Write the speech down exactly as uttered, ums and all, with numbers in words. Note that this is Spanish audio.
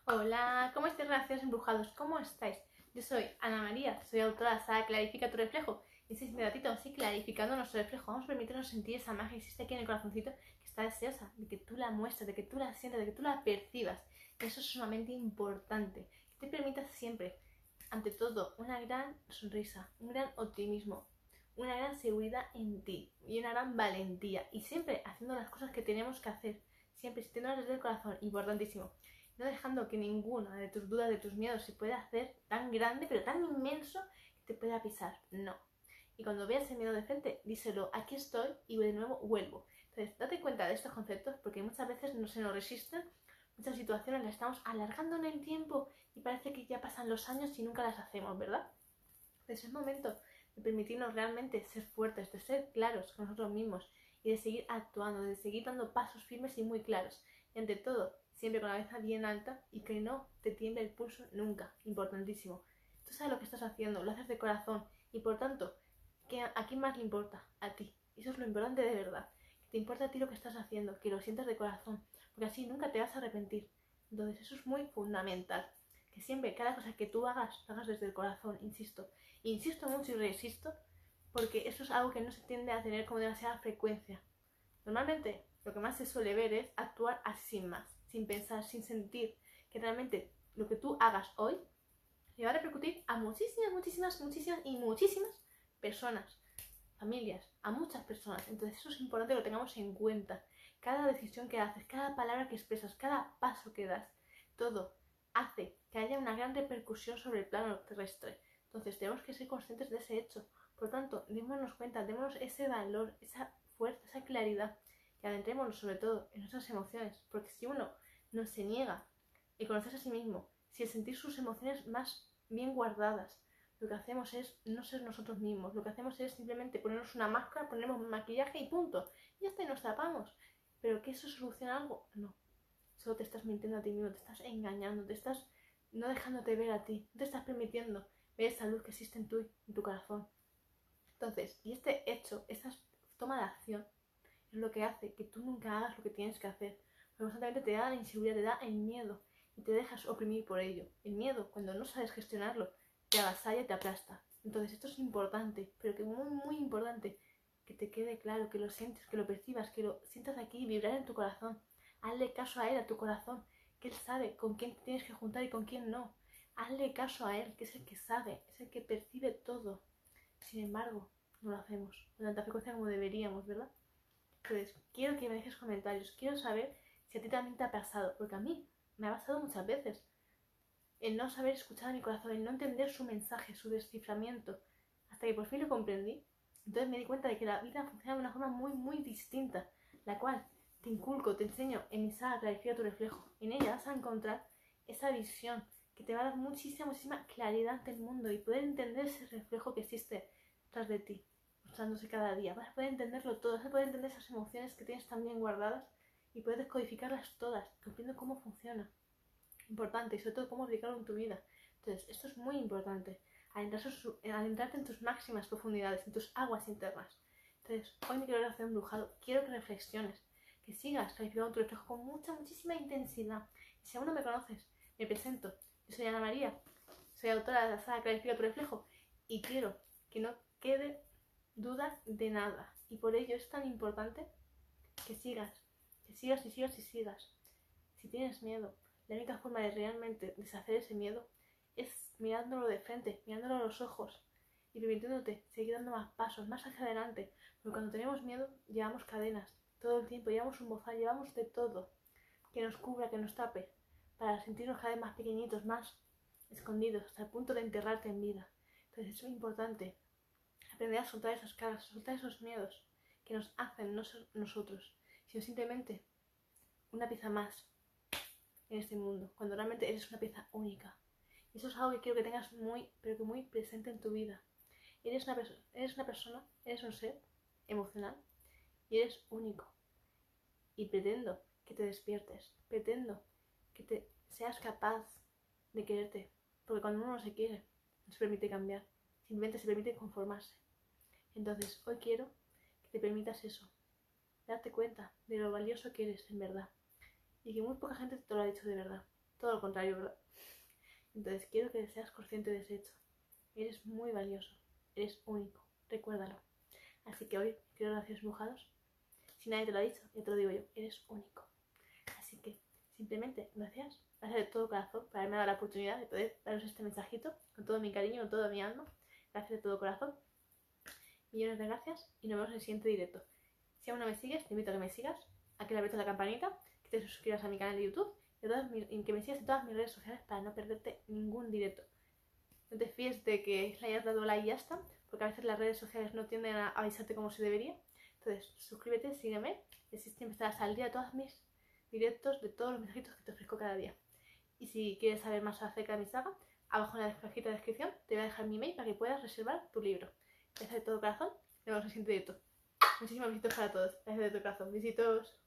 Hola, ¿cómo estáis, relaciones embrujados? ¿Cómo estáis? Yo soy Ana María, soy autora de la saga Clarifica tu reflejo. Y este ratito, sí, clarificando nuestro reflejo, vamos a permitirnos sentir esa magia que existe aquí en el corazoncito, que está deseosa de que tú la muestres, de que tú la sientas, de que tú la percibas. Y eso es sumamente importante. Que te permitas siempre, ante todo, una gran sonrisa, un gran optimismo, una gran seguridad en ti y una gran valentía. Y siempre haciendo las cosas que tenemos que hacer, siempre sintiéndolas desde el corazón, importantísimo. No dejando que ninguna de tus dudas, de tus miedos se pueda hacer tan grande, pero tan inmenso, que te pueda pisar. No. Y cuando veas el miedo de frente, díselo, aquí estoy, y de nuevo vuelvo. Entonces, date cuenta de estos conceptos, porque muchas veces no se nos resisten, muchas situaciones las estamos alargando en el tiempo y parece que ya pasan los años y nunca las hacemos, ¿verdad? Entonces es momento de permitirnos realmente ser fuertes, de ser claros con nosotros mismos y de seguir actuando, de seguir dando pasos firmes y muy claros. Y ante todo, siempre con la cabeza bien alta y que no te tiemble el pulso nunca. Importantísimo. Tú sabes lo que estás haciendo, lo haces de corazón y por tanto, ¿a quién más le importa? A ti. Y eso es lo importante de verdad. Que te importa a ti lo que estás haciendo, que lo sientas de corazón, porque así nunca te vas a arrepentir. Entonces eso es muy fundamental. Que siempre, cada cosa que tú hagas, lo hagas desde el corazón, insisto. Insisto mucho y resisto porque eso es algo que no se tiende a tener como demasiada frecuencia. Normalmente lo que más se suele ver es actuar así sin más, sin pensar, sin sentir que realmente lo que tú hagas hoy le va a repercutir a muchísimas, muchísimas, muchísimas y muchísimas personas, familias, a muchas personas. Entonces eso es importante que lo tengamos en cuenta. Cada decisión que haces, cada palabra que expresas, cada paso que das, todo hace que haya una gran repercusión sobre el plano terrestre. Entonces tenemos que ser conscientes de ese hecho. Por tanto, démonos cuenta, démonos ese valor, esa fuerza, esa claridad, y adentrémonos sobre todo en nuestras emociones, porque si uno no se niega a conocerse a sí mismo, si el sentir sus emociones más bien guardadas, lo que hacemos es no ser nosotros mismos, lo que hacemos es simplemente ponernos una máscara, ponernos maquillaje y punto, y ya está, y nos tapamos. ¿Pero que eso soluciona algo? No, solo te estás mintiendo a ti mismo, te estás engañando, te estás no dejándote ver a ti, no te estás permitiendo ver esa luz que existe en tu, en tu corazón. Entonces, y este hecho, esta toma de acción, es lo que hace que tú nunca hagas lo que tienes que hacer. Porque constantemente te da la inseguridad, te da el miedo y te dejas oprimir por ello. El miedo, cuando no sabes gestionarlo, te avasalla y te aplasta. Entonces esto es importante, pero que muy, muy importante, que te quede claro, que lo sientes, que lo percibas, que lo sientas aquí vibrar en tu corazón. Hazle caso a él, a tu corazón, que él sabe con quién te tienes que juntar y con quién no. Hazle caso a él, que es el que sabe, es el que percibe todo. Sin embargo, no lo hacemos con tanta frecuencia como deberíamos, ¿verdad? Entonces, quiero que me dejes comentarios, quiero saber si a ti también te ha pasado, porque a mí me ha pasado muchas veces. El no saber escuchar a mi corazón, el no entender su mensaje, su desciframiento, hasta que por fin lo comprendí. Entonces me di cuenta de que la vida funciona de una forma muy, muy distinta, la cual te inculco, te enseño en mi saga Clarifica tu reflejo. En ella vas a encontrar esa visión que te va a dar muchísima, muchísima claridad ante el mundo y poder entender ese reflejo que existe tras de ti, mostrándose cada día. Vas a poder entenderlo todo, vas a poder entender esas emociones que tienes tan bien guardadas y poder descodificarlas todas, comprendiendo cómo funciona. Importante y sobre todo cómo aplicarlo en tu vida. Entonces, esto es muy importante, adentrarte en tus máximas profundidades, en tus aguas internas. Entonces, hoy me quiero hacer un brujado, quiero que reflexiones, que sigas clarificando tu reflejo con mucha, muchísima intensidad. Y si aún no me conoces, me presento. Yo soy Ana María, soy autora de la saga Clarifica tu reflejo y quiero que no quede dudas de nada. Y por ello es tan importante que sigas, que sigas y sigas y sigas. Si tienes miedo, la única forma de realmente deshacer ese miedo es mirándolo de frente, mirándolo a los ojos y permitiéndote seguir dando más pasos, más hacia adelante. Porque cuando tenemos miedo, llevamos cadenas todo el tiempo, llevamos un bozal, llevamos de todo que nos cubra, que nos tape, para sentirnos cada vez más pequeñitos, más escondidos, hasta el punto de enterrarte en vida. Entonces es muy importante aprender a soltar esas caras, soltar esos miedos que nos hacen no ser nosotros, sino simplemente una pieza más en este mundo, cuando realmente eres una pieza única. Y eso es algo que quiero que tengas muy, pero que muy presente en tu vida. Eres una, eres una persona, eres un ser emocional y eres único. Y pretendo que te despiertes, pretendo que te seas capaz de quererte, porque cuando uno no se quiere, no se permite cambiar, simplemente se permite conformarse. Entonces, hoy quiero que te permitas eso, darte cuenta de lo valioso que eres en verdad, y que muy poca gente te lo ha dicho de verdad. todo lo contrario, ¿verdad? Entonces quiero que seas consciente de ese hecho. Eres muy valioso, eres único, recuérdalo. Así que hoy quiero gracias dibujados. Si nadie te lo ha dicho, ya te lo digo yo, eres único. Así que simplemente gracias, gracias de todo corazón por haberme dado la oportunidad de poder daros este mensajito con todo mi cariño, con toda mi alma. Gracias de todo corazón. Millones de gracias y nos vemos en el siguiente directo. Si aún no me sigues, te invito a que me sigas, a que le apretes la campanita, que te suscribas a mi canal de YouTube y, todas mis, y que me sigas en todas mis redes sociales para no perderte ningún directo. No te fíes de que le hayas dado like y ya está, porque a veces las redes sociales no tienden a avisarte como se debería. Entonces, suscríbete, sígueme, y así siempre estarás al día de todos mis directos, de todos los mensajitos que te ofrezco cada día. Y si quieres saber más acerca de mi saga, abajo en la cajita de descripción te voy a dejar mi email para que puedas reservar tu libro. Gracias de todo corazón, nos vemos en el siguiente directo. Muchísimos besitos para todos, gracias de todo corazón, besitos.